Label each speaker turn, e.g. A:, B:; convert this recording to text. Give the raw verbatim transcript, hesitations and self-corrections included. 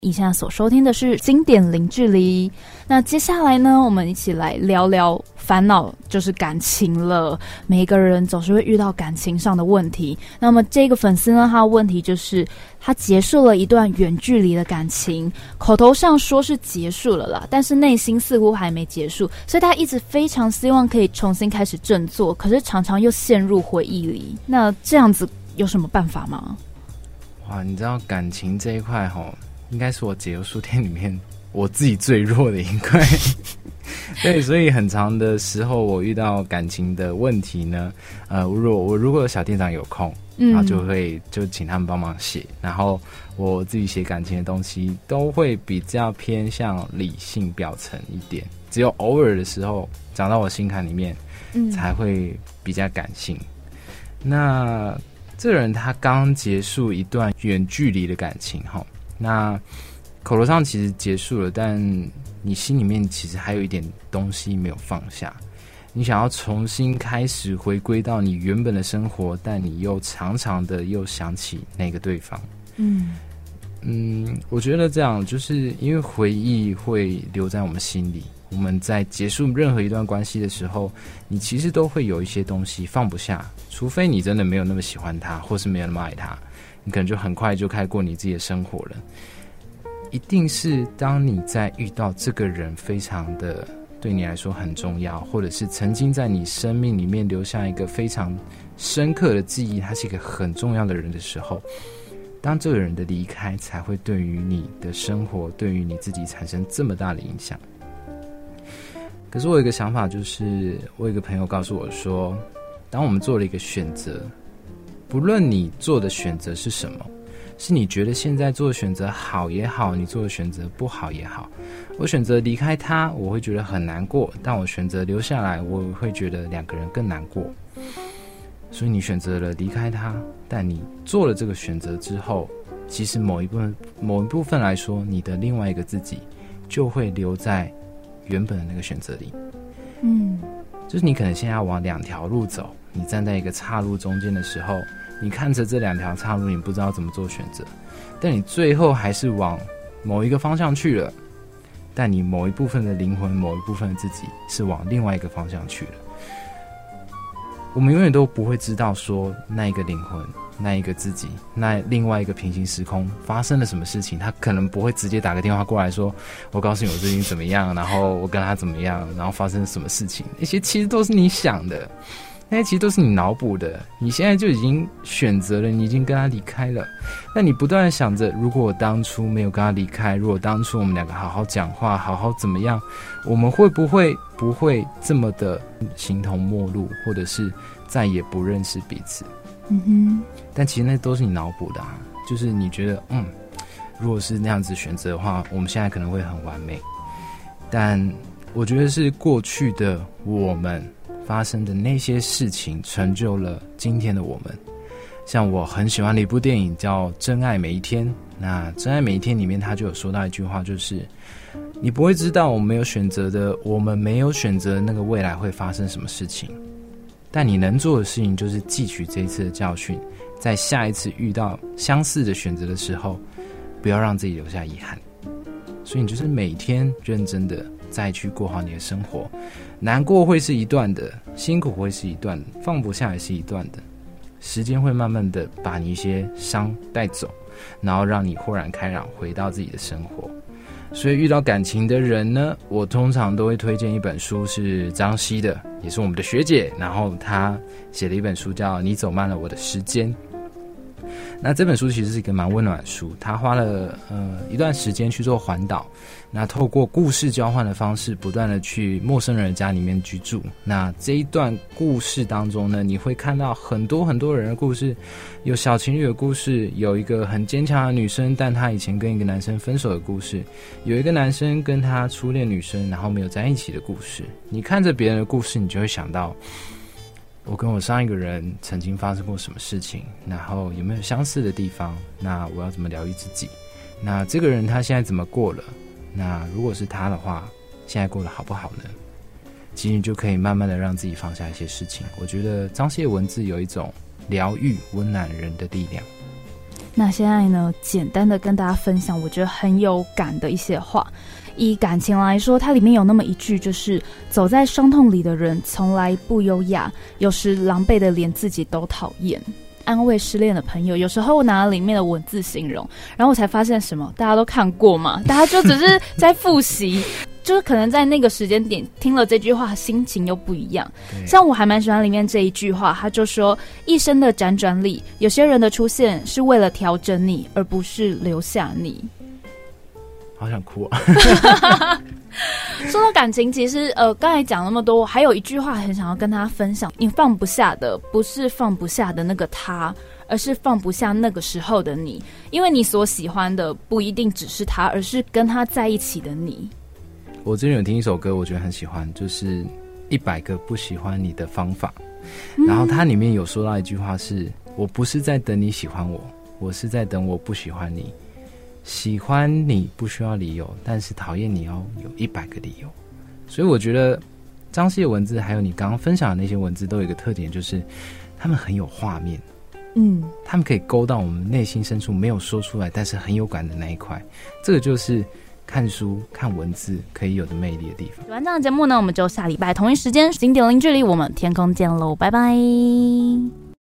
A: 以下所收听的是经典零距离。那接下来呢，我们一起来聊聊烦恼，就是感情了。每一个人总是会遇到感情上的问题。那么这个粉丝呢，他的问题就是他结束了一段远距离的感情，口头上说是结束了啦，但是内心似乎还没结束，所以他一直非常希望可以重新开始振作，可是常常又陷入回忆里。那这样子有什么办法吗？
B: 哇，你知道感情这一块齁，应该是我解忧书店里面我自己最弱的一块。对，所以很长的时候我遇到感情的问题呢，呃，如果我如果小店长有空，然后就会就请他们帮忙写，然后我自己写感情的东西都会比较偏向理性表层一点，只有偶尔的时候讲到我心坎里面，嗯，才会比较感性。那这个人他刚结束一段远距离的感情齁，那口头上其实结束了，但你心里面其实还有一点东西没有放下，你想要重新开始回归到你原本的生活，但你又常常的又想起那个对方。嗯嗯，我觉得这样就是因为回忆会留在我们心里，我们在结束任何一段关系的时候，你其实都会有一些东西放不下，除非你真的没有那么喜欢他，或是没有那么爱他，你可能就很快就开始过你自己的生活了。一定是当你在遇到这个人非常的对你来说很重要，或者是曾经在你生命里面留下一个非常深刻的记忆，他是一个很重要的人的时候，当这个人的离开才会对于你的生活，对于你自己产生这么大的影响。可是我有一个想法，就是我有一个朋友告诉我说，当我们做了一个选择，不论你做的选择是什么，是你觉得现在做的选择好也好，你做的选择不好也好，我选择离开他，我会觉得很难过，但我选择留下来，我会觉得两个人更难过。所以你选择了离开他，但你做了这个选择之后，其实某一部分某一部分来说，你的另外一个自己就会留在原本的那个选择里。嗯，就是你可能现在要往两条路走，你站在一个岔路中间的时候，你看着这两条岔路，你不知道怎么做选择，但你最后还是往某一个方向去了，但你某一部分的灵魂，某一部分的自己是往另外一个方向去了。我们永远都不会知道说那一个灵魂，那一个自己，那另外一个平行时空发生了什么事情，他可能不会直接打个电话过来说，我告诉你我最近怎么样，然后我跟他怎么样，然后发生什么事情，那些其实都是你想的，那些其实都是你脑补的，你现在就已经选择了，你已经跟他离开了。那你不断的想着，如果我当初没有跟他离开，如果当初我们两个好好讲话，好好怎么样，我们会不会不会这么的形同陌路，或者是再也不认识彼此。嗯哼，但其实那都是你脑补的啊，就是你觉得嗯，如果是那样子选择的话，我们现在可能会很完美，但我觉得是过去的我们发生的那些事情成就了今天的我们。像我很喜欢的一部电影叫《真爱每一天》，那《真爱每一天》里面他就有说到一句话，就是你不会知道我们没有选择的我们没有选择的那个未来会发生什么事情，但你能做的事情就是汲取这一次的教训，在下一次遇到相似的选择的时候，不要让自己留下遗憾。所以你就是每天认真的再去过好你的生活，难过会是一段的，辛苦会是一段的，放不下也是一段的，时间会慢慢的把你一些伤带走，然后让你豁然开朗回到自己的生活。所以遇到感情的人呢，我通常都会推荐一本书，是张希的，也是我们的学姐，然后她写了一本书叫《你走慢了我的时间》。那这本书其实是一个蛮温暖的书，他花了呃一段时间去做环岛，那透过故事交换的方式，不断的去陌生人的家里面居住。那这一段故事当中呢，你会看到很多很多人的故事，有小情侣的故事，有一个很坚强的女生，但她以前跟一个男生分手的故事，有一个男生跟他初恋女生然后没有在一起的故事。你看着别人的故事，你就会想到，我跟我上一个人曾经发生过什么事情，然后有没有相似的地方，那我要怎么疗愈自己，那这个人他现在怎么过了，那如果是他的话，现在过得好不好呢？其实你就可以慢慢的让自己放下一些事情。我觉得张希的文字有一种疗愈温暖人的力量。
A: 那现在呢，简单的跟大家分享我觉得很有感的一些话。以感情来说，它里面有那么一句，就是走在伤痛里的人从来不优雅，有时狼狈的连自己都讨厌。安慰失恋的朋友，有时候我拿了里面的文字形容，然后我才发现什么，大家都看过嘛，大家就只是在复习就是可能在那个时间点听了这句话，心情又不一样。像我还蛮喜欢里面这一句话，他就说一生的辗转里，有些人的出现是为了调整你，而不是留下你。
B: 好想哭啊
A: 说到感情，其实呃，刚才讲那么多，还有一句话很想要跟大家分享，你放不下的不是放不下的那个他，而是放不下那个时候的你，因为你所喜欢的不一定只是他，而是跟他在一起的你。
B: 我之前有听一首歌，我觉得很喜欢，就是一百个不喜欢你的方法、嗯、然后它里面有说到一句话是，我不是在等你喜欢我，我是在等我不喜欢你。喜欢你不需要理由，但是讨厌你要有一百个理由。所以我觉得张希的文字还有你刚刚分享的那些文字都有一个特点，就是他们很有画面，嗯，他们可以勾到我们内心深处没有说出来但是很有感的那一块，这个就是看书看文字可以有的魅力的地方。
A: 喜欢这样的节目呢，我们就下礼拜同一时间经典零距离我们天空见喽，拜拜。